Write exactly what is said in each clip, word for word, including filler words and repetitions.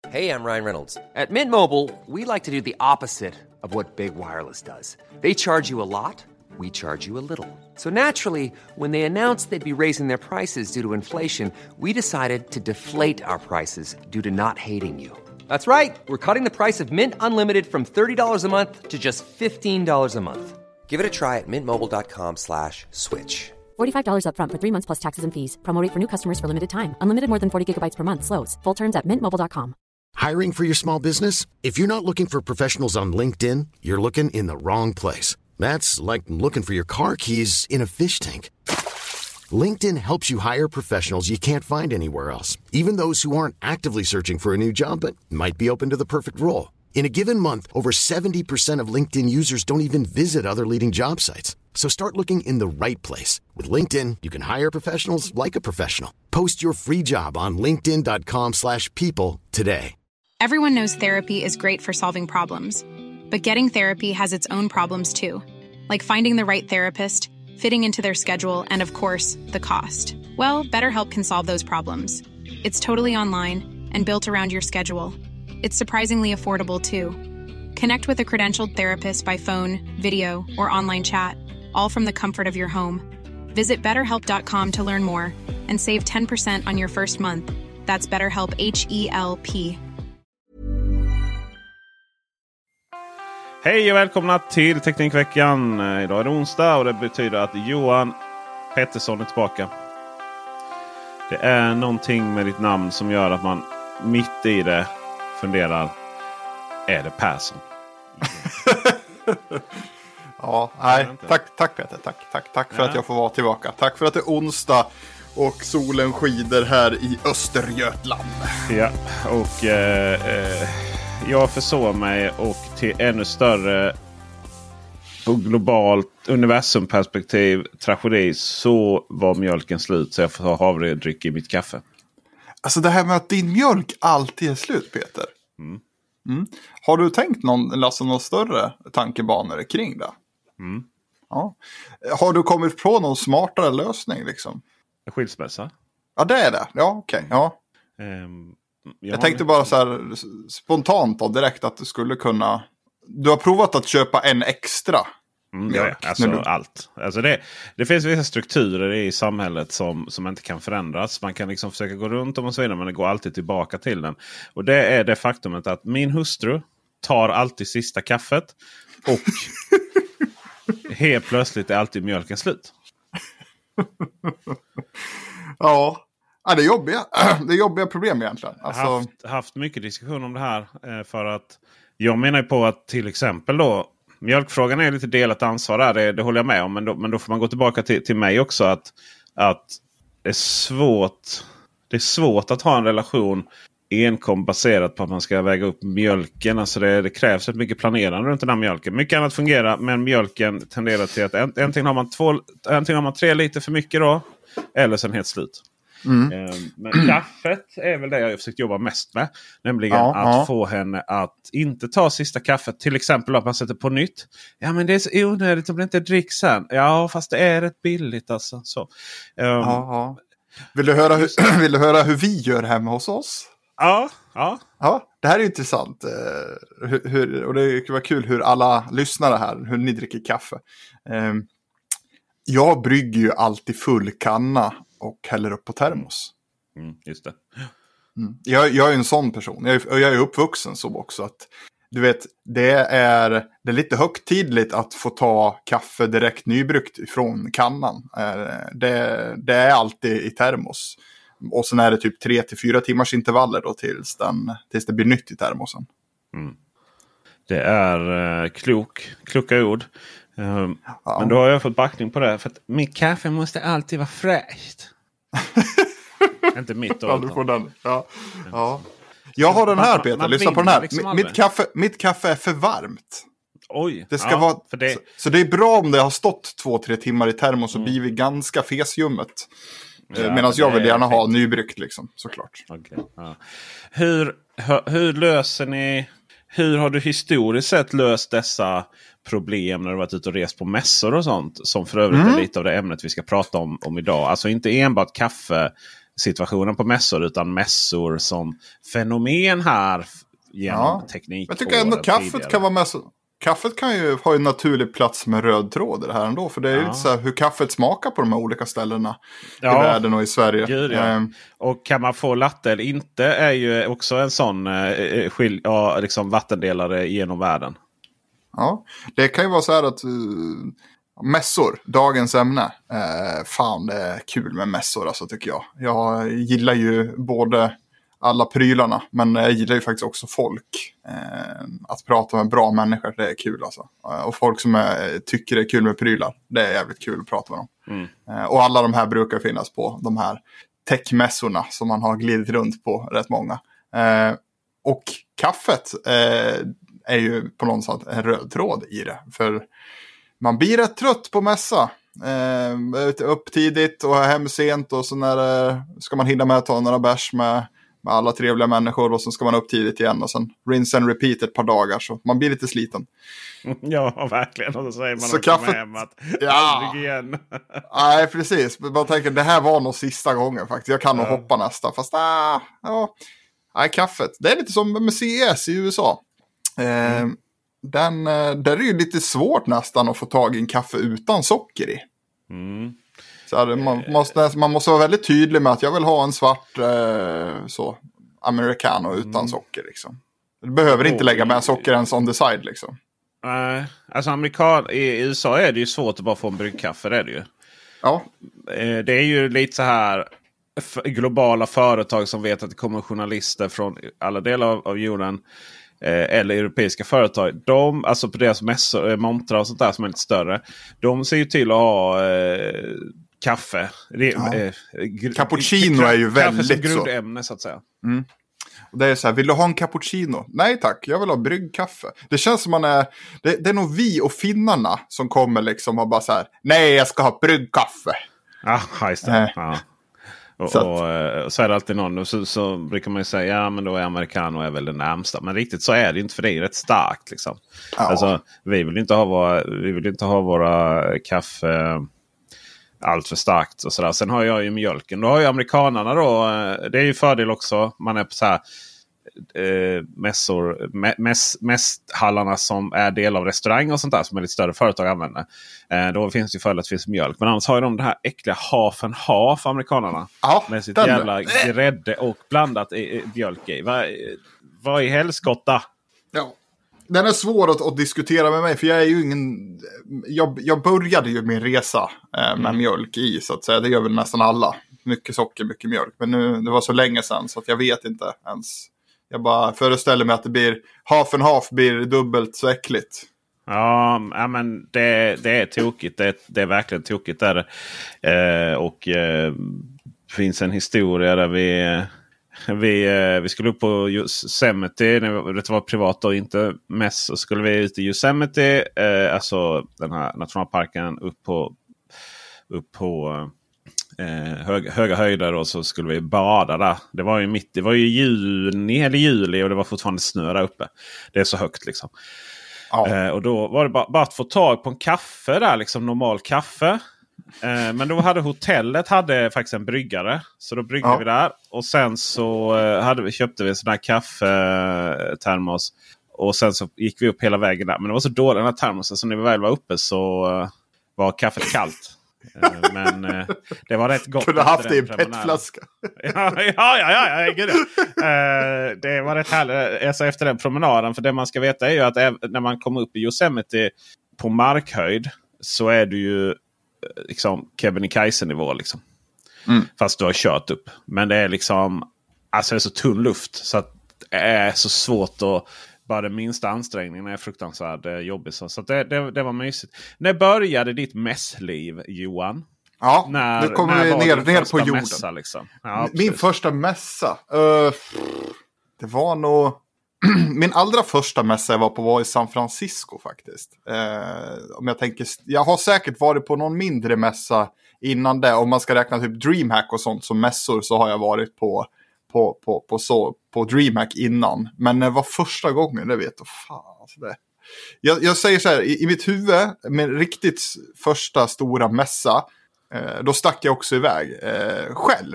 Hey, I'm Ryan Reynolds. At Mint Mobile, we like to do the opposite of what Big Wireless does. They charge you a lot, we charge you a little. So naturally, when they announced they'd be raising their prices due to inflation, we decided to deflate our prices due to not hating you. That's right. We're cutting the price of Mint Unlimited from thirty dollars a month to just fifteen dollars a month. Give it a try at mintmobile.com slash switch. forty-five dollars up front for three months plus taxes and fees. Promo rate for new customers for limited time. Unlimited more than forty gigabytes per month slows. Full terms at mint mobile dot com. Hiring for your small business? If you're not looking for professionals on LinkedIn, you're looking in the wrong place. That's like looking for your car keys in a fish tank. LinkedIn helps you hire professionals you can't find anywhere else, even those who aren't actively searching for a new job but might be open to the perfect role. In a given month, over seventy percent of LinkedIn users don't even visit other leading job sites. So start looking in the right place. With LinkedIn, you can hire professionals like a professional. Post your free job on linkedin.com slash people today. Everyone knows therapy is great for solving problems. But getting therapy has its own problems too. Like finding the right therapist, fitting into their schedule, and of course, the cost. Well, BetterHelp can solve those problems. It's totally online and built around your schedule. It's surprisingly affordable too. Connect with a credentialed therapist by phone, video, or online chat, all from the comfort of your home. Visit better help dot com to learn more and save ten percent on your first month. That's BetterHelp, H E L P. Hej och välkomna till Teknikveckan. Idag är det onsdag och det betyder att Johan Pettersson är tillbaka. Det är någonting med ditt namn som gör att man mitt i det funderar, är det Persson? Ja, nej. Tack, tack Peter. Tack, tack, tack för ja. att jag får vara tillbaka. Tack för att det är onsdag och solen skider här i Östergötland. Ja, och eh, eh, jag försov mig och till ännu större på globalt universumperspektiv tragedi så var mjölken slut, så jag får ha havredryck i mitt kaffe. Alltså det här med att din mjölk alltid är slut, Peter. Mm. Mm. Har du tänkt någon, alltså någon större tankebanor kring det? Mm. Ja. Har du kommit på någon smartare lösning liksom? Skilsmässa? Ja, det är det. Ja, okej. Okay. Ja. Um, jag jag tänkte bara så här spontant och direkt att du skulle kunna... Du har provat att köpa en extra mm, mjölk. Ja, alltså du... allt. Alltså det, det finns vissa strukturer i samhället som, som inte kan förändras. Man kan liksom försöka gå runt om och så vidare, men det går alltid tillbaka till den. Och det är det faktumet att min hustru tar alltid sista kaffet och helt plötsligt är alltid mjölken slut. Ja. Ja, det är jobbiga, det är jobbiga problem egentligen. Alltså... Jag har haft, haft mycket diskussion om det här. Eh, för att jag menar på att till exempel då, mjölkfrågan är lite delat ansvar där. Det, det håller jag med om. Men då, men då får man gå tillbaka till, till mig också. Att, att det är svårt det är svårt att ha en relation enkom baserat på att man ska väga upp mjölken. Alltså det, det krävs ett mycket planerande runt den här mjölken. Mycket annat fungerar, men mjölken tenderar till att antingen har man, två, antingen har man tre liter för mycket då, eller sen helt slut. Mm. Men kaffet är väl det jag har försökt jobba mest med. Nämligen ja, att ja. få henne att inte ta sista kaffet. Till exempel att man sätter på nytt. Ja, men det är så onödigt om det inte dricks sen. Ja, fast det är rätt billigt alltså. Så. Um, ja, ja. Vill du höra hur, vill du höra hur vi gör hemma hos oss? Ja, ja. Ja, det här är intressant. Uh, hur, hur, och det kan vara kul hur alla lyssnare här, hur ni dricker kaffe. Um, jag brygger ju alltid full kanna och häller upp på termos. Mm, just det. Mm. Jag, jag är en sån person. Jag är, jag är uppvuxen så också. Att, du vet, det är, det är lite högtidligt att få ta kaffe direkt nybryggt från kannan. Det, det är alltid i termos. Och sen är det typ tre till fyra timmars intervaller då tills, den, tills det blir nytt i termosen. Mm. Det är uh, klok, kloka ord. Um, ja. Men då har jag fått backning på det. För att mitt kaffe måste alltid vara fräscht. Inte mitt då. Ja, du får den. Ja. Ja. Jag har den här, Peter. Man, man lyssna på den här. Liksom mitt, kaffe, mitt kaffe är för varmt. Oj. Det ska ja, vara, för det... Så, så det är bra om det har stått två, tre timmar i termos så mm. blir vi ganska fesljummet. Ja, medan jag vill gärna ha nybryggt liksom, såklart. Okay. Ja. Hur, hur, hur löser ni... Hur har du historiskt sett löst dessa problem när du varit ute och rest på mässor och sånt? Som för övrigt mm. är lite av det ämnet vi ska prata om, om idag. Alltså inte enbart kaffe situationen på mässor, utan mässor som fenomen här genom ja. teknik. Jag tycker ändå kaffet tidigare. Kan vara mässor. Kaffet kan ju ha en naturlig plats med röd tråd i det här ändå. För det är ju ja. inte så här hur kaffet smakar på de här olika ställena ja. i världen och i Sverige. Gud, ja. um, och kan man få latte eller inte är ju också en sån eh, skil- ja, liksom vattendelare genom världen. Ja, det kan ju vara så här att uh, mässor, dagens ämne. Uh, fan, det är kul med mässor alltså, tycker jag. Jag gillar ju både alla prylarna, men jag gillar ju faktiskt också folk. Uh, att prata med bra människor, det är kul alltså. Uh, och folk som är, tycker det är kul med prylar, det är jävligt kul att prata med dem. Mm. Uh, och alla de här brukar finnas på de här techmässorna som man har glidit runt på rätt många. Uh, och kaffet uh, är ju på något sätt en röd tråd i det. För man blir rätt trött på mässa. Eh, upp tidigt och hem sent. Och så när, eh, ska man hinna med att ta några bärs med, med alla trevliga människor. Och så ska man upp tidigt igen. Och sen rinse and repeat ett par dagar. Så man blir lite sliten. Ja, verkligen. Och så säger man så också kaffet, hem att ja, aldrig igen. Nej, precis. Man tänker det här var nog sista gången faktiskt. Jag kan nog ja. hoppa nästa. Fast ah, ja, nej, kaffet. Det är lite som med C E S i U S A. Eh, mm. Den, där är det ju lite svårt nästan att få tag i en kaffe utan socker i. Mm. Så här, man, måste, man måste vara väldigt tydlig med att jag vill ha en svart eh, så, americano utan mm. socker liksom. Du behöver inte lägga med socker ens on the side liksom. Nej, uh, alltså amerikan, i U S A är det ju svårt att bara få en bryggkaffe, det är det ju. Ja. Uh, det är ju lite så här globala företag som vet att det kommer journalister från alla delar av, av jorden. Eller europeiska företag. De, alltså på deras mässor, montrar och sånt där som är lite större. De ser ju till att ha eh, kaffe. Ja. Eh, gr- Cappuccino är ju väldigt så. Kaffe som grundämne så att säga. Mm. Och det är så här, vill du ha en cappuccino? Nej tack, jag vill ha bryggkaffe. Det känns som man är, det, det är nog vi och finnarna som kommer liksom och bara så här, nej jag ska ha bryggkaffe. Ah, just det. Äh. Ja. Och så, och, och så är det alltid någon. Och så, så brukar man ju säga, ja men då är americano är väl det närmsta. Men riktigt så är det inte, för det är rätt starkt liksom. Ja. Alltså, vi vill inte ha våra, vi vill inte ha våra kaffe allt för starkt och sådär. Sen har jag ju mjölken. Då har ju amerikanerna då, det är ju fördel också. Man är på så här eh, mässor, mäss, mässhallarna som är del av restaurang och sånt där som är lite större företag använder. Eh, då finns det ju fördel att det finns mjölk. Men annars har ju de det här äckliga half and half amerikanerna. Ja, med sitt jävla grädde och blandat i, i mjölk i. Vad, vad i helskotta? Ja. Den är svår att, att diskutera med mig, för jag är ju ingen... Jag, jag började ju min resa eh, med mm. mjölk i, så att säga. Det gör väl nästan alla. Mycket socker, mycket mjölk. Men nu, det var så länge sedan så att jag vet inte ens. Jag bara föreställer mig att det blir... Half and half blir dubbelt så äckligt. Ja, men det, det är tokigt. Det, det är verkligen tokigt där. Eh, och eh, finns en historia där vi... Vi, vi skulle upp på Yosemite, det var privat och inte mest, så skulle vi ut i Yosemite, eh, alltså den här nationalparken, upp på, upp på eh, hög, höga höjder, och så skulle vi bada där. Det var ju mitt, det var ju juni eller juli och det var fortfarande snö där uppe. Det är så högt liksom. Ja. Eh, och då var det bara, bara att få tag på en kaffe där, liksom normal kaffe. Eh, men då hade hotellet hade faktiskt en bryggare. Så då bryggde ja. vi där. Och sen så eh, hade vi, köpte vi en sån här kaffetermos. Och sen så gick vi upp hela vägen där. Men det var så dålig den här termosen, så när vi väl var uppe så eh, var kaffet kallt. eh, men eh, det var rätt gott. Kunde haft det i en petflaska. ja, ja, ja, ja, ja, gud, ja. Eh, det var rätt härligt. Alltså efter den promenaden. För det man ska veta är ju att när man kommer upp i Yosemite på markhöjd, så är det ju liksom Kebnekaise-nivå liksom. Mm. Fast du har kört upp. Men det är liksom, alltså det är så tunn luft så att det är så svårt att, bara den minsta ansträngningen är fruktansvärt eh, jobbig. Så, så det, det, det var mysigt. När började ditt mässliv, Johan? Ja, när, nu kommer vi ner, ner på jorden. Mässa, liksom? Ja, min första mässa. Uh, det var nog... Min allra första mässa jag var på var i San Francisco faktiskt. Eh, om jag tänker, jag har säkert varit på någon mindre mässa innan det. Om man ska räkna typ DreamHack och sånt som mässor, så har jag varit på, på, på, på, så, på DreamHack innan. Men det var första gången, det vet jag. Fan, alltså det. Jag, jag säger så här, i, i mitt huvud, med riktigt första stora mässa, eh, då stack jag också iväg eh, själv.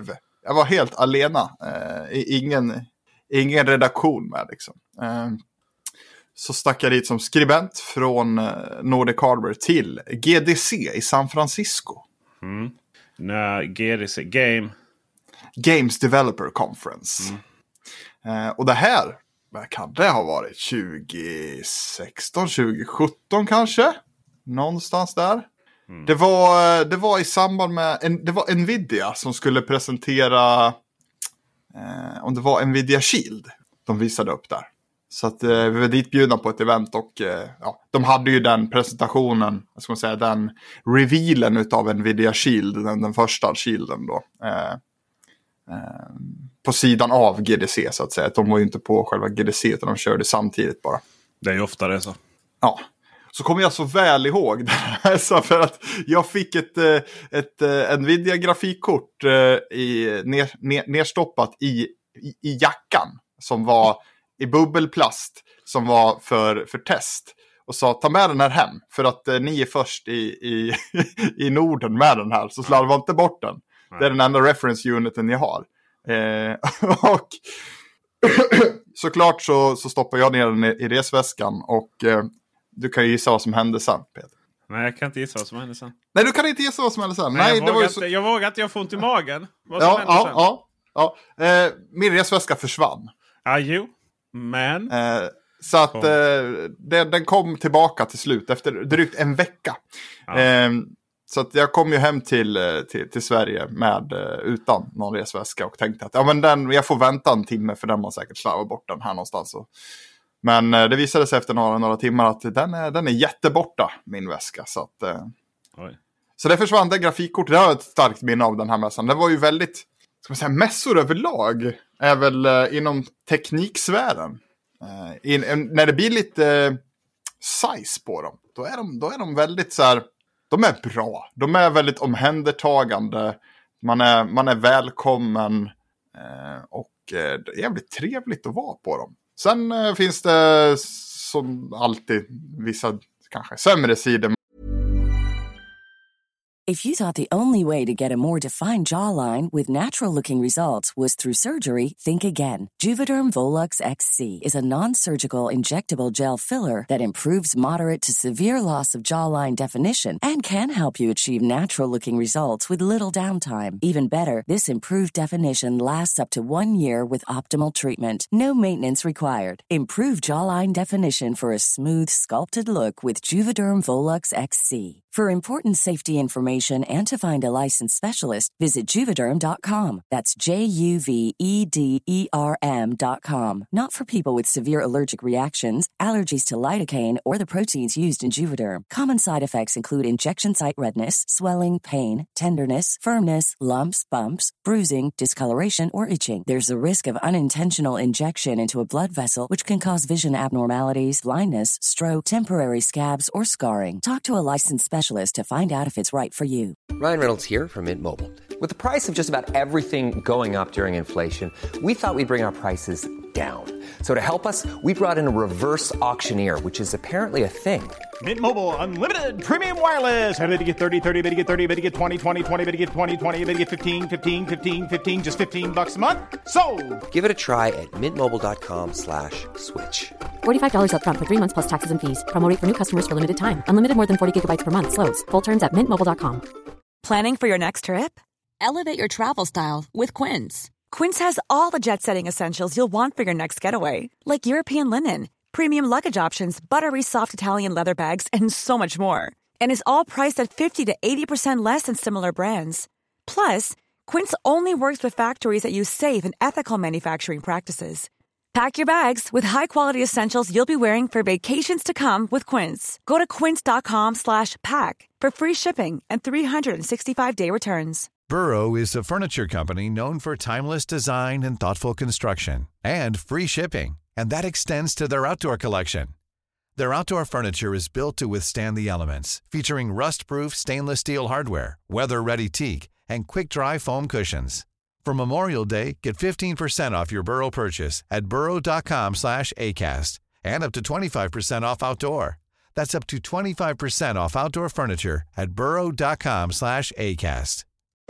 jag var helt alena. Eh, ingen, ingen redaktion med liksom. Eh, så stack jag dit som skribent från eh, Nordic Hardware till G D C i San Francisco. Mm. Nej, G D C, Game... Games Developer Conference. Mm. Eh, och det här, vad kan det ha varit? tjugo sexton, tjugo sjutton kanske? Någonstans där. Mm. Det, var, det var i samband med, en, det var Nvidia som skulle presentera, eh, om det var Nvidia Shield de visade upp där. Så att eh, vi var ditbjudna på ett event och eh, ja, de hade ju den presentationen, vad ska man säga, den revealen utav Nvidia Shield, den, den första Shielden då. Eh, eh, på sidan av G D C så att säga. De var ju inte på själva G D C utan de körde samtidigt bara. Det är ju ofta det så. Ja. Så kommer jag så väl ihåg det här, för att jag fick ett, ett, ett Nvidia-grafikkort i, ner, ner, nerstoppat i, i, i jackan som var i bubbelplast som var för, för test. Och sa, ta med den här hem för att eh, ni är först i, i, i Norden med den här. Så slarva inte bort den. Nej. Det är den enda reference uniten ni har. Eh, och såklart så, så stoppar jag ner den i, i resväskan och... Eh, du kan ju gissa vad som hände sen, Peter. Nej, jag kan inte gissa vad som hände sen. Nej, du kan inte gissa vad som hände sen. Nej, Nej jag, det vågar var så... inte, jag vågar inte, jag får ont i magen. Vad som ja, hände ja, sen? Ja, ja. Eh, min resväska försvann. Ja, jo. Men... Eh, så att kom. Eh, den, den kom tillbaka till slut efter drygt en vecka. Ja. Eh, så att jag kom ju hem till, till, till Sverige med, utan någon resväska och tänkte att ja, men den, jag får vänta en timme för den var säkert slarva bort den här någonstans. Och, men det visade sig efter några, några timmar att den är, den är jätteborta, min väska. Så, att, eh, Oj. Så det försvann det grafikkort. Det har ett starkt minne av den här mässan. Det var ju väldigt, ska man säga, mässor överlag är väl eh, inom tekniksfären. Eh, in, en, när det blir lite eh, size på dem, då är de, då är de väldigt så här, de är bra. De är väldigt omhändertagande. Man är, man är välkommen eh, och eh, det är jävligt trevligt att vara på dem. Sen eh, finns det som alltid vissa kanske sämre sidor. If you thought the only way to get a more defined jawline with natural-looking results was through surgery, think again. Juvederm Volux X C is a non-surgical injectable gel filler that improves moderate to severe loss of jawline definition and can help you achieve natural-looking results with little downtime. Even better, this improved definition lasts up to one year with optimal treatment. No maintenance required. Improve jawline definition for a smooth, sculpted look with Juvederm Volux X C. For important safety information and to find a licensed specialist, visit Juvederm dot com. That's J U V E D E R M dot com. Not for people with severe allergic reactions, allergies to lidocaine, or the proteins used in Juvederm. Common side effects include injection site redness, swelling, pain, tenderness, firmness, lumps, bumps, bruising, discoloration, or itching. There's a risk of unintentional injection into a blood vessel, which can cause vision abnormalities, blindness, stroke, temporary scabs, or scarring. Talk to a licensed specialist to find out if it's right for you. Ryan Reynolds here from Mint Mobile. With the price of just about everything going up during inflation, we thought we'd bring our prices down. So to help us, we brought in a reverse auctioneer, which is apparently a thing. Mint Mobile Unlimited Premium Wireless. How to get thirty, thirty, how to get thirty, how to get twenty, twenty, twenty, how to get twenty, twenty, how to get fifteen, fifteen, fifteen, fifteen, just fifteen bucks a month? Sold! Give it a try at mintmobile.com slash switch. forty-five dollars up front for three months plus taxes and fees. Promo rate for new customers for limited time. Unlimited more than forty gigabytes per month. Slows full terms at mint mobile dot com. Planning for your next trip? Elevate your travel style with Quince. Quince has all the jet-setting essentials you'll want for your next getaway, like European linen, premium luggage options, buttery soft Italian leather bags, and so much more. And is all priced at fifty to eighty percent less than similar brands. Plus, Quince only works with factories that use safe and ethical manufacturing practices. Pack your bags with high-quality essentials you'll be wearing for vacations to come with Quince. Go to quince.com slash pack for free shipping and three sixty-five day returns. Burrow is a furniture company known for timeless design and thoughtful construction, and free shipping, and that extends to their outdoor collection. Their outdoor furniture is built to withstand the elements, featuring rust-proof stainless steel hardware, weather-ready teak, and quick-dry foam cushions. For Memorial Day, get fifteen percent off your Burrow purchase at burrow.com slash ACAST and up to twenty-five percent off outdoor. That's up to twenty-five percent off outdoor furniture at burrow.com slash ACAST.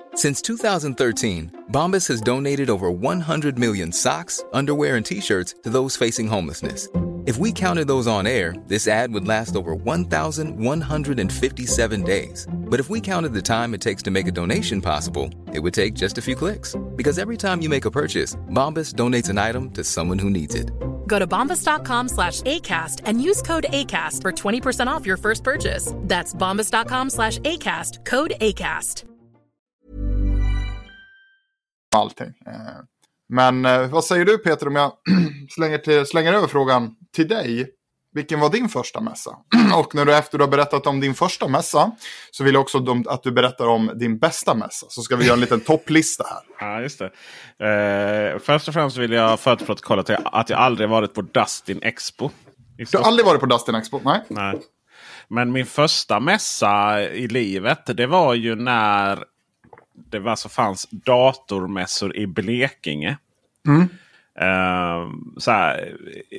Since two thousand thirteen, Bombas has donated over one hundred million socks, underwear, and T-shirts to those facing homelessness. If we counted those on air, this ad would last over one thousand one hundred fifty-seven days. But if we counted the time it takes to make a donation possible, it would take just a few clicks. Because every time you make a purchase, Bombas donates an item to someone who needs it. Go to bombas.com slash ACAST and use code ACAST for twenty percent off your first purchase. That's bombas.com slash ACAST, code ACAST. Allting. Men vad säger du, Peter, om jag slänger, till, slänger över frågan till dig? Vilken var din första mässa? Och när du efter du har berättat om din första mässa så vill jag också att du berättar om din bästa mässa. Så ska vi göra en liten topplista här. Ja, just det. Eh, först och främst vill jag för att protokollet att jag aldrig varit på Dustin Expo. Du har aldrig varit på Dustin Expo? Nej. Nej. Men min första mässa i livet, det var ju när det var så fanns datormässor i Blekinge. Mm. Uh, så här,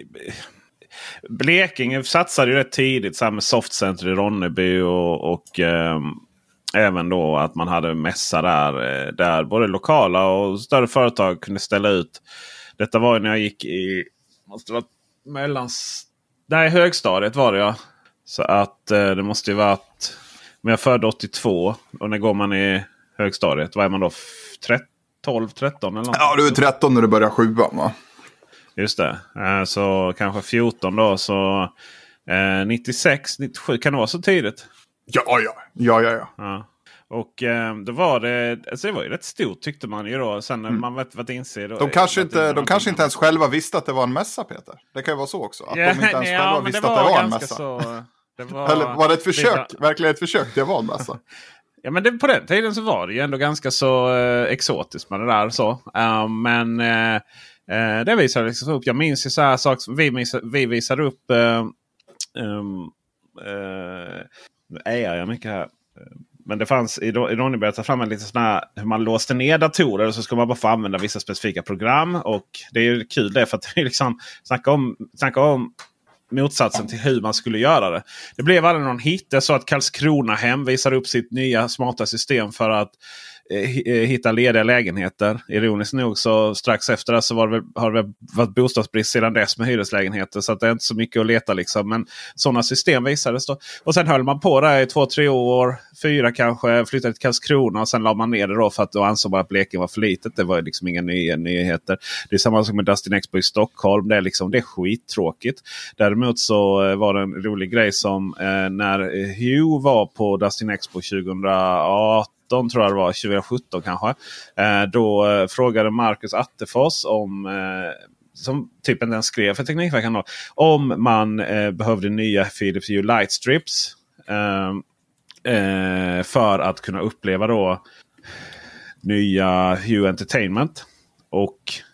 Blekinge satsade ju rätt tidigt så här med Softcenter i Ronneby och, och um, även då att man hade mässa där, där både lokala och större företag kunde ställa ut. Detta var ju när jag gick i måste vara mellans, där i högstadiet var det ja. Så att uh, det måste ju varit, men jag födde åttiotvå och när går man i högstadiet, vad är man då? tolv, tretton eller något? Ja, du är tretton när du börjar sjuan, va? Just det. Så kanske fjorton då. Så eh, nittiosex, nittiosju kan det vara så tidigt? Ja, ja. Ja, ja, ja. ja. Och eh, då var det, alltså det var ju rätt stort tyckte man ju då. Sen när mm. man vet vad det inser. Då, de kanske, inte, de kanske inte ens själva visste att det var en mässa, Peter. Det kan ju vara så också. Att ja, de inte ens nej, själva ja, visste det att det var en mässa. Så, det var, Eller var det ett försök? Det, verkligen ett försök till att vara en mässa? Ja, men det, på den tiden så var det ju ändå ganska så eh, exotiskt med det där. Så. Uh, men eh, eh, det visade liksom upp. Jag minns ju så här saker. Vi, visade, vi visade upp... Eh, um, eh, nu är jag mycket här. Men det fanns i, i Ronneby att ta fram en lite sån här hur man låste ner datorer och så ska man bara få använda vissa specifika program. Och det är ju kul det för att vi liksom snacka om... Snacka om motsatsen till hur man skulle göra det. Det blev aldrig någon hit. Jag sa att Karlskrona hem visar upp sitt nya smarta system för att eh, hitta lediga lägenheter. Ironiskt nog så strax efter det så var det, har det varit bostadsbrist sedan dess med hyreslägenheter. Så att det är inte så mycket att leta liksom. Men sådana system visades då. Och sen höll man på där i två, tre år. Fyra kanske. Flyttade till Karlskrona och sen la man ner det då för att då ansåg man att Blekinge var för litet. Det var liksom inga nya nyheter. Det är samma sak med Dustin Expo i Stockholm. Det är liksom det är skittråkigt. Däremot så var det en rolig grej som eh, när Hugh var på Dustin Expo tjugohundraarton tror jag det var, tjugosjutton kanske. Eh, då eh, frågade Marcus Attefors om, eh, som typ en den skrev för Teknikveckan då, om man eh, behövde nya Philips Hue Light Strips eh, eh, för att kunna uppleva då nya Hue Entertainment. Och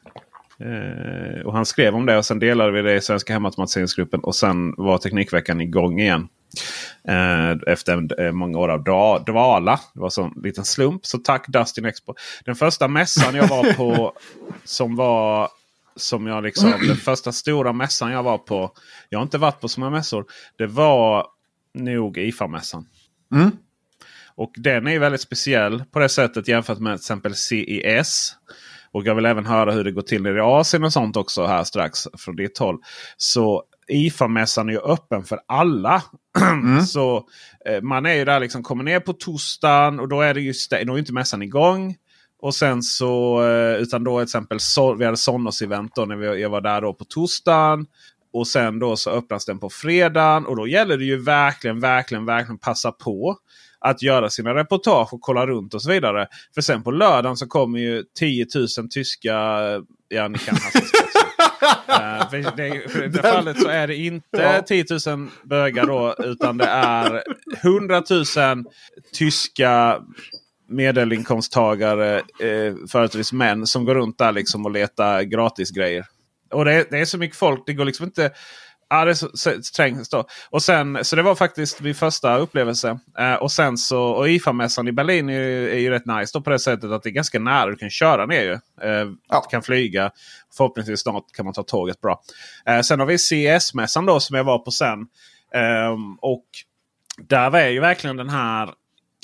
Eh, och han skrev om det och sen delade vi det i Svenska Hemautomatiseringsgruppen och sen var Teknikveckan igång igen eh, efter eh, många år av dra- dvala. Det var så en liten slump, så tack Dustin Expo. Den första mässan jag var på som var som jag liksom, den första stora mässan jag var på, jag har inte varit på så många mässor, det var nog I F A-mässan. Mm. Och den är ju väldigt speciell på det sättet jämfört med till exempel C E S. Och jag vill även höra hur det går till i Asien och sånt också här strax från ditt håll. Så I F A-mässan är ju öppen för alla. Mm. Så eh, man är ju där liksom, kommer ner på torsdagen och då är det ju stä- då är inte mässan igång. Och sen så, eh, utan då till exempel så, vi hade Sonos-event då när vi, jag var där då på torsdagen. Och sen då så öppnas den på fredagen och då gäller det ju verkligen, verkligen, verkligen passa på att göra sina reportage och kolla runt och så vidare. För sen på lördagen så kommer ju tio tusen tyska... Ja, ni kan alltså uh, för det, för det fallet så är det inte ja. tio tusen bögar då, utan det är hundra tusen tyska medelinkomsttagare, eh, företrädesvis män, som går runt där liksom och letar gratis grejer. Och det, det är så mycket folk, det går liksom inte... Ja, det är så, så strängt då. Och sen, så det var faktiskt min första upplevelse. Eh, och sen så, och I F A-mässan i Berlin är ju, är ju rätt nice då på det sättet att det är ganska nära. Du kan köra ner ju. Eh, ja. Du kan flyga. Förhoppningsvis snart kan man ta tåget bra. Eh, sen har vi C E S-mässan då som jag var på sen. Eh, och där var ju verkligen den här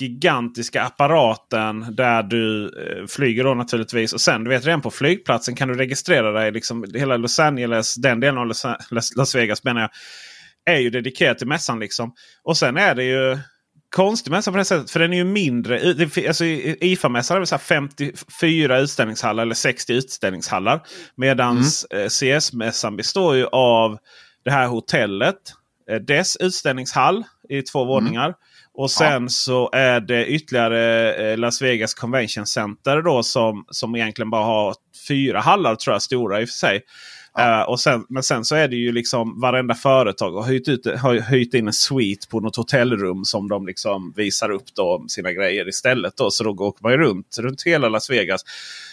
gigantiska apparaten där du eh, flyger då naturligtvis. Och sen, du vet, redan på flygplatsen kan du registrera dig. Liksom, hela Los Angeles, den delen av Los, Las Vegas menar jag, är ju dedikerat till mässan liksom. Och sen är det ju konstig mässa på det sättet, för den är ju mindre. Alltså I F A-mässan är det så här femtiofyra utställningshallar eller sextio utställningshallar. Medans mm. C S-mässan består ju av det här hotellet, dess utställningshall i två mm. våningar. Och sen ja. så är det ytterligare Las Vegas Convention Center då som, som egentligen bara har fyra hallar, tror jag, stora i och för sig. Ja. Uh, och sen, men sen så är det ju liksom varenda företag har höjt, ut, har höjt in en suite på något hotellrum som de liksom visar upp då sina grejer istället då. Så då går man ju runt, runt hela Las Vegas.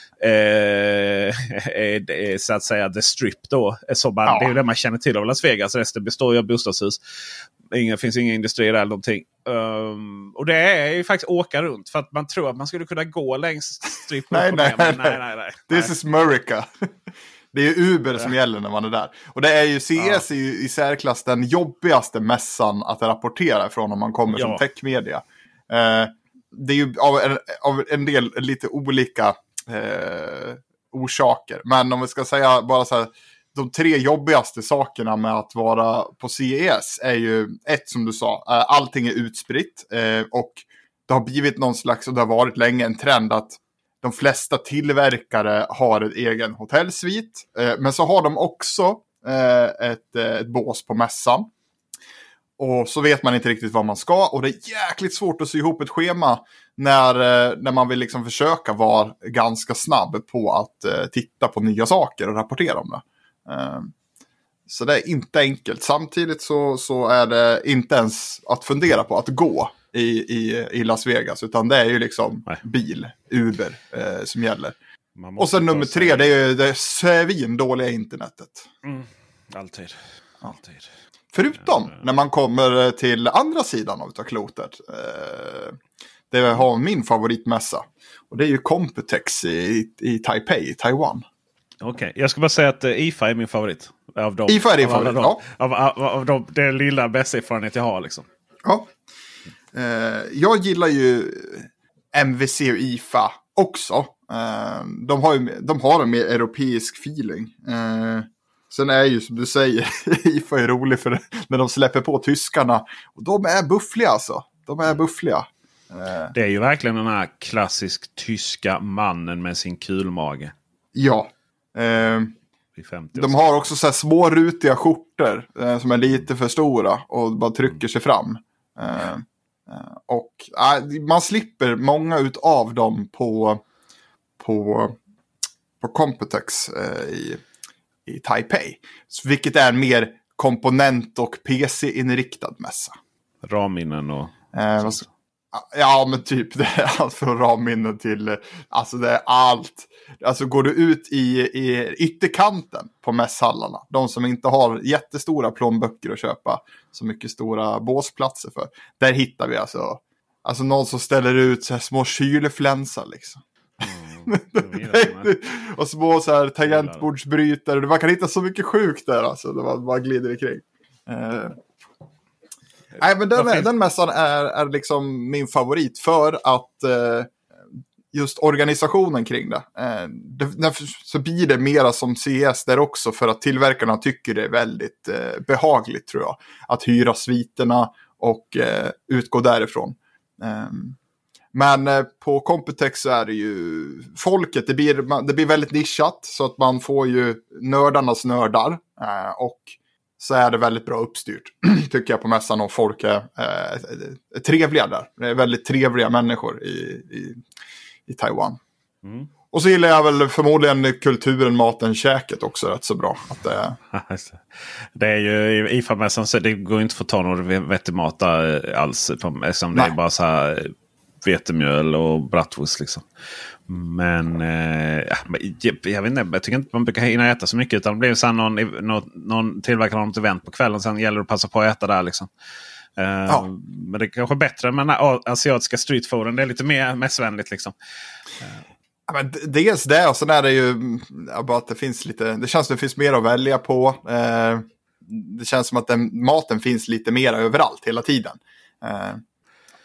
Eh, är, så att säga the strip då. Så man, ja. Det är ju det man känner till av Las Vegas. Resten består ju av bostadshus. Det finns inga industrier eller någonting. Um, och det är ju faktiskt åka runt. För att man tror att man skulle kunna gå längs strip. nej, nej, nej, nej, nej, nej. This is America. Det är ju Uber som gäller när man är där. Och det är ju C S ja. är ju i särklass den jobbigaste mässan att rapportera ifrån om man kommer ja. som techmedia. Eh, det är ju av en, av en del lite olika eh, orsaker. Men om vi ska säga bara så här, de tre jobbigaste sakerna med att vara på C S är ju ett, som du sa, eh, allting är utspritt. Eh, och det har blivit någon slags, och det har varit länge en trend att de flesta tillverkare har en egen hotellsvit. Eh, men så har de också eh, ett, ett bås på mässan. Och så vet man inte riktigt vad man ska. Och det är jäkligt svårt att sy ihop ett schema när, eh, när man vill liksom försöka vara ganska snabb på att eh, titta på nya saker och rapportera om det. Eh, så det är inte enkelt. Samtidigt så, så är det inte ens att fundera på att gå i, i, i Las Vegas, utan det är ju liksom Nej. bil, Uber eh, som gäller. Och sen nummer tre, det är ju det svin dåliga internetet. Mm. Alltid. Alltid. Förutom när man kommer till andra sidan av klotet. Eh, det har min favoritmässa. Och det är ju Computex i, i Taipei, i Taiwan. Okej, okay. Jag ska bara säga att I F A är min favorit. Av dem. I F A är din favorit, av, ja. Av, av, av dem, det lilla bästa erfarenhet jag har liksom. Ja. Eh, jag gillar ju M V C och I F A också. Eh, de, har ju, de har en mer europeisk feeling. Eh, sen är ju som du säger, I F A är rolig för när de släpper på tyskarna. Och de är buffliga alltså. De är buffliga. Eh, det är ju verkligen den här klassisk tyska mannen med sin kulmage. Ja. Eh, de har också så här små rutiga skjortor eh, som är lite för stora och bara trycker sig fram. Eh, Och äh, man slipper många utav dem på på på Computex äh, i, i Taipei, vilket är en mer komponent- och P C-inriktad mässa. Ramminnen och äh, vad, ja, men typ det är allt från ramminnen till alltså det är allt. Alltså går du ut i, i ytterkanten på mässhallarna, de som inte har jättestora plånböcker att köpa så mycket stora båsplatser för, där hittar vi alltså, alltså någon som ställer ut så här små kylflänsar liksom. Mm, och små så här tangentbordsbrytare. Man kan hitta så mycket sjukt där alltså, det man bara glider ikring. Uh, nej, men den, finns... den mässan är, är liksom min favorit för att uh, just organisationen kring det. Eh, det. Så blir det mera som C S där också, för att tillverkarna tycker det är väldigt eh, behagligt, tror jag. Att hyra sviterna och eh, utgå därifrån. Eh, men eh, på Computex så är det ju folket, det blir, det blir väldigt nischat, så att man får ju nördarnas nördar. Eh, och så är det väldigt bra uppstyrt, tycker jag, på mässan, och folk är, eh, är trevliga där. Det är väldigt trevliga människor i, i i Taiwan. Mm. Och så gillar jag väl förmodligen kulturen, maten, käket också rätt så bra. Att det, är... det är ju i I F A-mässan, så det går inte att få ta någon vettig mat alls. Eftersom det är bara så här vetemjöl och bratwurst liksom. Men eh, jag, jag vet inte, jag tycker inte man brukar hinna äta så mycket, utan det blir så här någon, någon, någon tillverkare har något event på kvällen, sen gäller det att passa på att äta där liksom. Uh, ja. Men det är kanske bättre med den här asiatiska streetfooden. Det är lite mer mässvänligt liksom. Uh. Ja, men dels det, och sen är det ju ja, bara att det finns lite, det känns som det finns mer att välja på. Uh, det känns som att den, maten finns lite mer överallt hela tiden. Uh,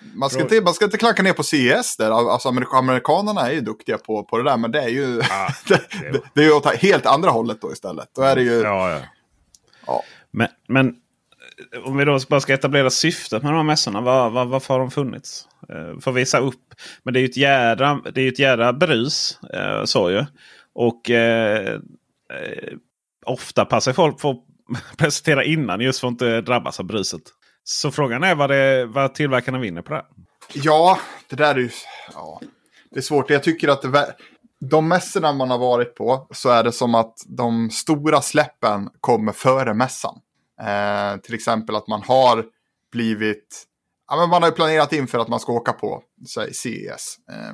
Man ska, inte, man ska inte klanka ner på C E S där. Alltså amerik- amerikanerna är ju duktiga på, på det där. Men det är ju Ja, det, det, det är ju åt helt andra hållet då istället. Då är det ju... Ja, ja. Ja. Men, men om vi då bara ska etablera syftet med de här mässorna. Var, var, varför har de funnits? Uh, för att visa upp. Men det är ju ett jädra, det är ett jädra brus. Uh, så ju. Och uh, uh, ofta passar folk för att presentera innan. Just för att inte drabbas av bruset. Så frågan är vad, det, vad tillverkarna vinner på det. Ja, det där är ju... Ja, det är svårt. Jag tycker att det, de mässorna man har varit på så är det som att de stora släppen kommer före mässan. Eh, till exempel att man har blivit... Ja, men man har ju planerat in för att man ska åka på säg, C E S. Eh,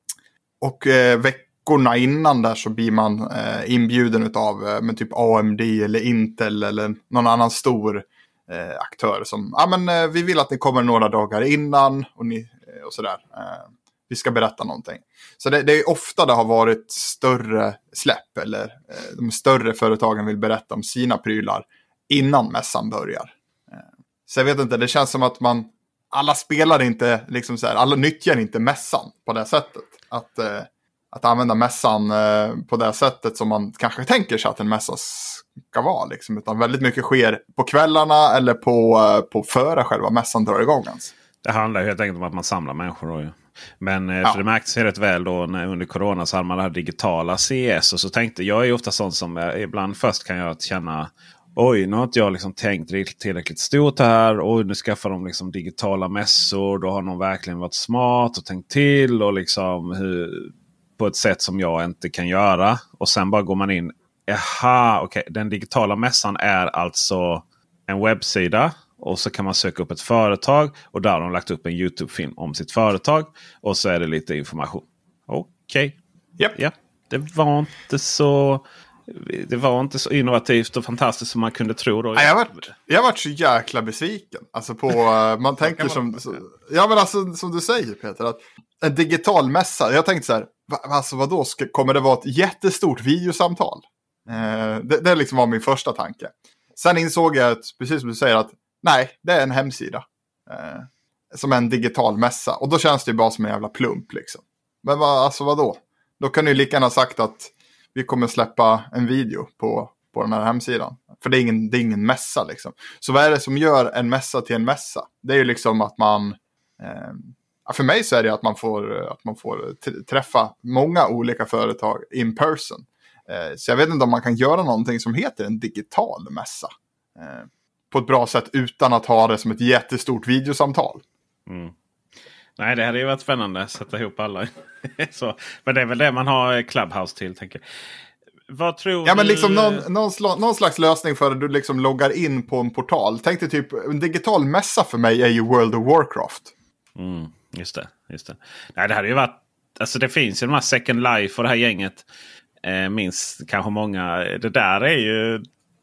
och eh, veckorna innan där så blir man eh, inbjuden av eh, typ A M D eller Intel eller någon annan stor... Eh, aktör som, ja men eh, vi vill att ni kommer några dagar innan och, ni, eh, och sådär. Eh, vi ska berätta någonting. Så det, det är ofta det har varit större släpp eller eh, de större företagen vill berätta om sina prylar innan mässan börjar. Eh, så jag vet inte, det känns som att man, alla spelar inte, liksom så här, alla nyttjar inte mässan på det sättet. Att, eh, att använda mässan eh, på det sättet som man kanske tänker sig att en mässa ska vara. Liksom. Utan väldigt mycket sker på kvällarna eller på, eh, på före själva mässan drar igång. Alltså. Det handlar ju helt enkelt om att man samlar människor. Då, ju. Men eh, ja. för det märktes rätt väl då när under corona så hade man det här digitala C E S. Och så tänkte jag är ju ofta sånt som eh, ibland först kan jag känna... Oj, nu har inte jag liksom tänkt tillräckligt stort här. Oj, nu skaffar de liksom digitala mässor. Då har någon verkligen varit smart och tänkt till. Och liksom hur, på ett sätt som jag inte kan göra. Och sen bara går man in. Jaha, okej. Okay. Den digitala mässan är alltså en webbsida. Och så kan man söka upp ett företag. Och där har de lagt upp en YouTube-film om sitt företag. Och så är det lite information. Okej. Okay. Yep. Ja, det var inte så... Det var inte så innovativt och fantastiskt som man kunde tro då. Jag har varit, jag har varit så jäkla besviken. Alltså på, man tänker som... Så, ja men alltså som du säger Peter. Att en digital mässa. Jag tänkte så här. Va, alltså vadå? Ska, kommer det vara ett jättestort videosamtal? Eh, det, det liksom var min första tanke. Sen insåg jag att, precis som du säger att nej, det är en hemsida. Eh, som en digital mässa. Och då känns det ju bara som en jävla plump liksom. Men va, alltså vadå? Då kan du ju lika gärna ha sagt att vi kommer släppa en video på, på den här hemsidan. För det är, ingen, det är ingen mässa liksom. Så vad är det som gör en mässa till en mässa? Det är ju liksom att man... Eh, för mig så är det att man får, att man får t- träffa många olika företag in person. Eh, så jag vet inte om man kan göra någonting som heter en digital mässa. Eh, på ett bra sätt utan att ha det som ett jättestort videosamtal. Mm. Nej, det hade ju varit spännande att sätta ihop alla. Så, men det är väl det man har Clubhouse till, tänker jag. Vad tror ja, men du... liksom någon, någon, sl- någon slags lösning för att du liksom loggar in på en portal. Tänk dig typ, en digital mässa för mig är ju World of Warcraft. Mm, just det, just det. Nej, det hade ju varit... Alltså det finns ju de här Second Life och det här gänget. Eh, minst kanske många. Det där är ju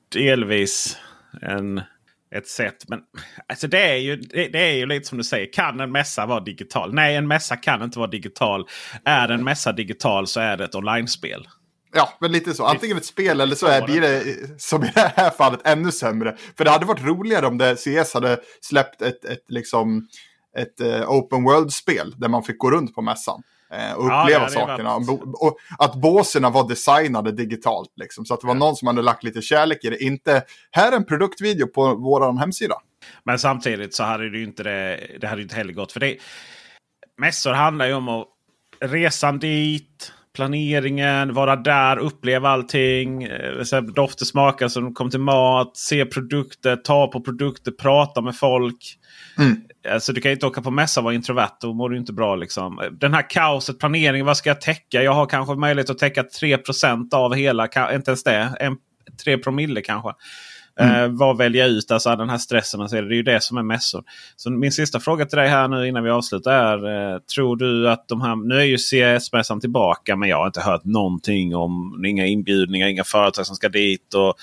delvis en... ett sätt, men alltså det är ju det, det är ju lite som du säger, kan en mässa vara digital? Nej, en mässa kan inte vara digital. Är en mässa digital så är det ett online-spel. Ja, men lite så. Antingen ett spel eller så är, blir det, som i det här fallet, ännu sämre. För det hade varit roligare om det C S hade släppt ett, ett, liksom, ett uh, open world-spel där man fick gå runt på mässan. Och uppleva ja, sakerna. Varit... Och att båserna var designade digitalt. Liksom, så att det var ja. någon som hade lagt lite kärlek i det. Inte, här är en produktvideo på vår hemsida. Men samtidigt så hade det ju inte det, det hade inte heller gått. För det, mässor handlar ju om att resan dit, planeringen, vara där, uppleva allting. Dofter, smakar som kom till mat, se produkter, ta på produkter, prata med folk. Mm. Alltså du kan inte åka på mässa och vara introvert, då mår du inte bra liksom. Den här kaoset, planeringen, vad ska jag täcka? Jag har kanske möjlighet att täcka tre procent av hela, inte ens det, en, tre promille kanske. Mm. Eh, vad väljer jag ut? Alltså den här stressen, alltså, det är ju det som är mässor. Så min sista fråga till dig här nu innan vi avslutar är, eh, tror du att de här, nu är ju C E S-mässan tillbaka, men jag har inte hört någonting om inga inbjudningar, inga företag som ska dit. Och,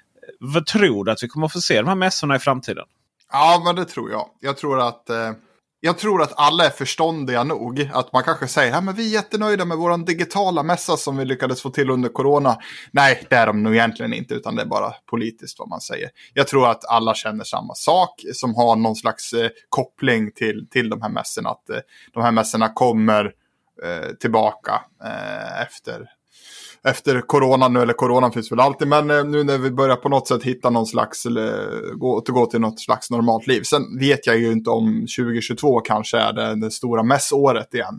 vad tror du att vi kommer att få se de här mässorna i framtiden? Ja, men det tror jag. Jag tror att eh, jag tror att alla är förståndiga nog. Att man kanske säger, ja, men vi är jättenöjda med våran digitala mässa som vi lyckades få till under corona. Nej, det är de nog egentligen inte, utan det är bara politiskt vad man säger. Jag tror att alla känner samma sak, som har någon slags eh, koppling till, till de här mässorna. Att eh, de här mässorna kommer eh, tillbaka eh, efter... Efter corona nu, eller coronan finns väl alltid, men nu när vi börjar på något sätt hitta någon slags, eller gå, återgå till något slags normalt liv. Sen vet jag ju inte om tjugo tjugotvå kanske är det, det stora mässåret igen.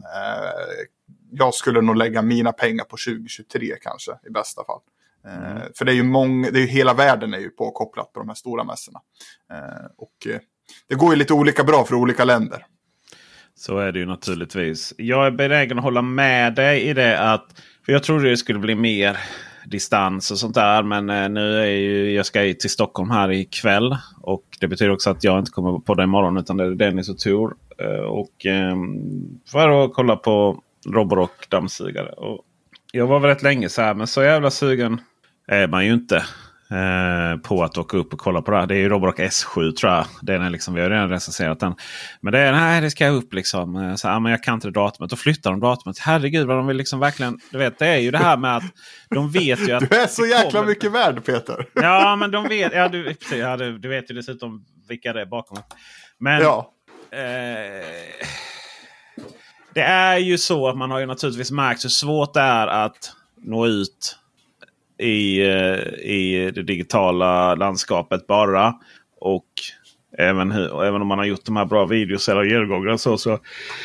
Jag skulle nog lägga mina pengar på tjugo tjugotre kanske, i bästa fall. Mm. För det är ju många, det är ju hela världen är ju påkopplat på de här stora mässorna. Och det går ju lite olika bra för olika länder. Så är det ju naturligtvis. Jag är benägen att hålla med dig i det att, för jag trodde det skulle bli mer distans och sånt där. Men eh, nu är ju, jag ska till Stockholm här ikväll. Och det betyder också att jag inte kommer på det imorgon, utan det är Dennis och Tor. Eh, och eh, för att kolla på Roborock dammsugare. Och jag var väl rätt länge så här, men så jävla sugen är man ju inte eh, på att åka upp och kolla på det här. Det är ju Roborock S sju tror jag. Den är liksom, vi har redan recenserat den. Men det är, nej det ska jag upp liksom. Så, ja, men jag kan inte det datumet. Då flyttar de datumet. Herregud vad de vill liksom verkligen, du vet, det är ju det här med att de vet ju att... Du är så jäkla kommer... mycket värd, Peter. Ja, men de vet, ja du, ja, du, du vet ju dessutom vilka det är bakom. Men... Ja. Eh, det är ju så att man har ju naturligtvis märkt hur svårt det är att nå ut i, i det digitala landskapet bara. Och även, även om man har gjort de här bra videos eller genomgångar så, så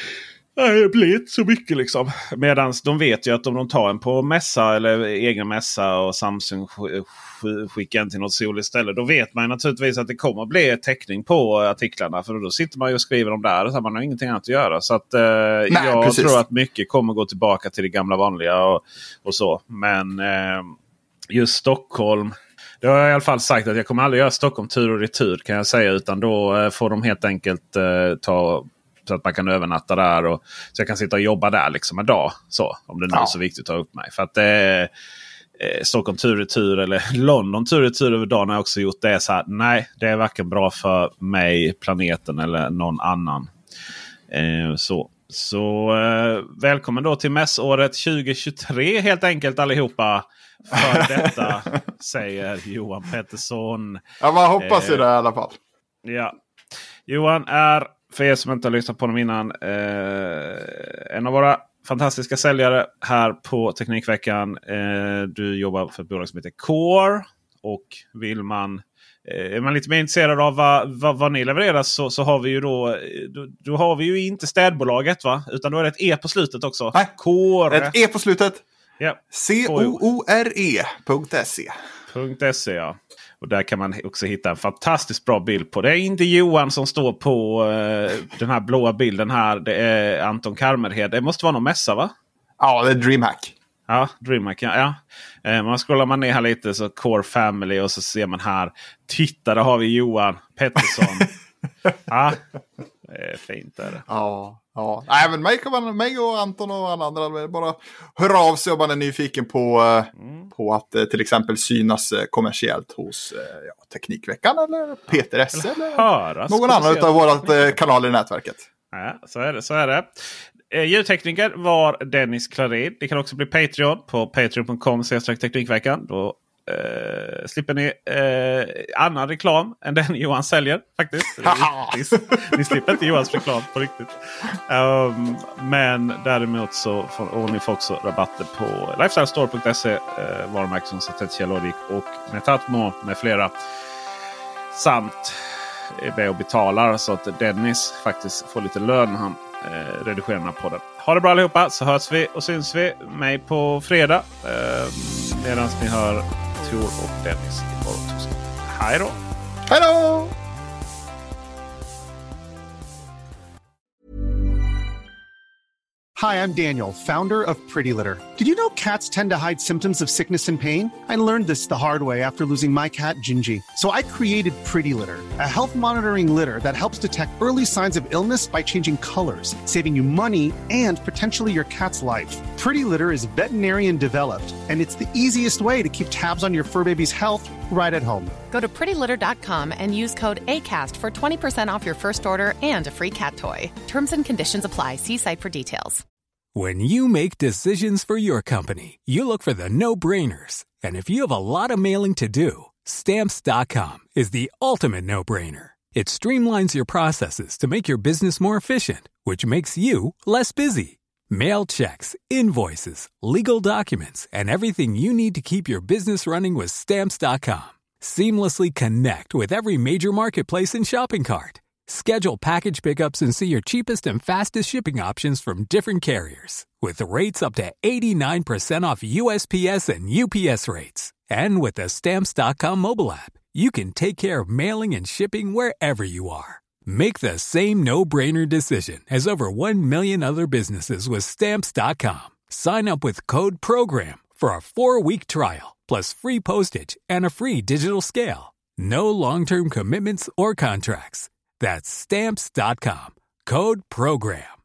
är det blivit så mycket liksom. Medan de vet ju att om de tar en på mässa eller egen mässa och Samsung skickar en till något sol istället, då vet man ju naturligtvis att det kommer att bli täckning på artiklarna, för då sitter man ju och skriver om där och så man har ingenting annat att göra. Så att eh, Nej, jag precis. tror att mycket kommer gå tillbaka till det gamla vanliga och, och så. Men eh, just Stockholm, det har jag i alla fall sagt att jag kommer aldrig göra Stockholm tur och retur kan jag säga, utan då eh, får de helt enkelt eh, ta så att man kan övernatta där och så jag kan sitta och jobba där liksom en dag så, om det nu ja. är så viktigt att ta upp mig. För att eh, eh, Stockholm tur och retur eller London tur och retur över dagen har jag också gjort. Det är så här, nej det är varken bra för mig, planeten eller någon annan. Eh, så så eh, välkommen då till mässåret tjugo tjugotre helt enkelt allihopa. För detta säger Johan Pettersson. Ja, man hoppas ju eh, det i alla fall. Ja. Johan är, för er som inte har lyssnat på dem innan, eh, en av våra fantastiska säljare här på Teknikveckan. Eh, du jobbar för ett bolag som heter Core. Och vill man, eh, är man lite mer intresserad av vad, vad, vad ni levererar så, så har vi ju då, då, då har vi ju inte städbolaget va? Utan då är det ett E på slutet också. Nej, Core. Ett E på slutet. Ja. C O O R E punkt se. .se ja. Och där kan man också hitta en fantastiskt bra bild på. Det är inte Johan som står på uh, den här blåa bilden här. Det är Anton Karmerhed. Det måste vara någon mässa va? Ja, det är DreamHack. Ja, DreamHack ja. ja. Uh, man scrollar man ner här lite så Core Family och så ser man här. Titta, där har vi Johan Pettersson. Ja, det är fint där. Ja. Ja, även mig, kan man, mig och Anton och alla andra bara höra av sig om man är nyfiken på, mm. på att till exempel synas kommersiellt hos ja, Teknikveckan eller P T S eller, eller höras, någon annan av våra kanaler i nätverket. Ja, så är det. Så är det. Eh, ljudtekniker var Dennis Klarin. Det kan också bli Patreon på patreon punkt com slash teknikveckan. Då Uh, slipper ni uh, annan reklam än den Johan säljer faktiskt. ni, ni slipper inte Johans reklam på riktigt. Um, men däremot så får och ni får också rabatter på lifestylestore punkt se, uh, varumärken som Satetia Logic och Netatmo med flera. Samt är och betalar så att Dennis faktiskt får lite lön när han uh, redigerar den här podden. Ha det bra allihopa, så hörs vi och syns vi mig på fredag. Uh, medan ni hör Tor och Dennis i morgon. Hej då! Hej då! Hi, I'm Daniel, founder of Pretty Litter. Did you know cats tend to hide symptoms of sickness and pain? I learned this the hard way after losing my cat, Gingy. So I created Pretty Litter, a health monitoring litter that helps detect early signs of illness by changing colors, saving you money and potentially your cat's life. Pretty Litter is veterinarian developed, and it's the easiest way to keep tabs on your fur baby's health right at home. Go to pretty litter dot com and use code ACAST for twenty percent off your first order and a free cat toy. Terms and conditions apply. See site for details. When you make decisions for your company, you look for the no-brainers. And if you have a lot of mailing to do, Stamps dot com is the ultimate no-brainer. It streamlines your processes to make your business more efficient, which makes you less busy. Mail checks, invoices, legal documents, and everything you need to keep your business running with Stamps dot com. Seamlessly connect with every major marketplace and shopping cart. Schedule package pickups and see your cheapest and fastest shipping options from different carriers. With rates up to eighty-nine percent off U S P S and U P S rates. And with the Stamps dot com mobile app, you can take care of mailing and shipping wherever you are. Make the same no-brainer decision as over one million other businesses with Stamps dot com. Sign up with code PROGRAM for a four-week trial, plus free postage and a free digital scale. No long-term commitments or contracts. That's Stamps dot com. Code PROGRAM.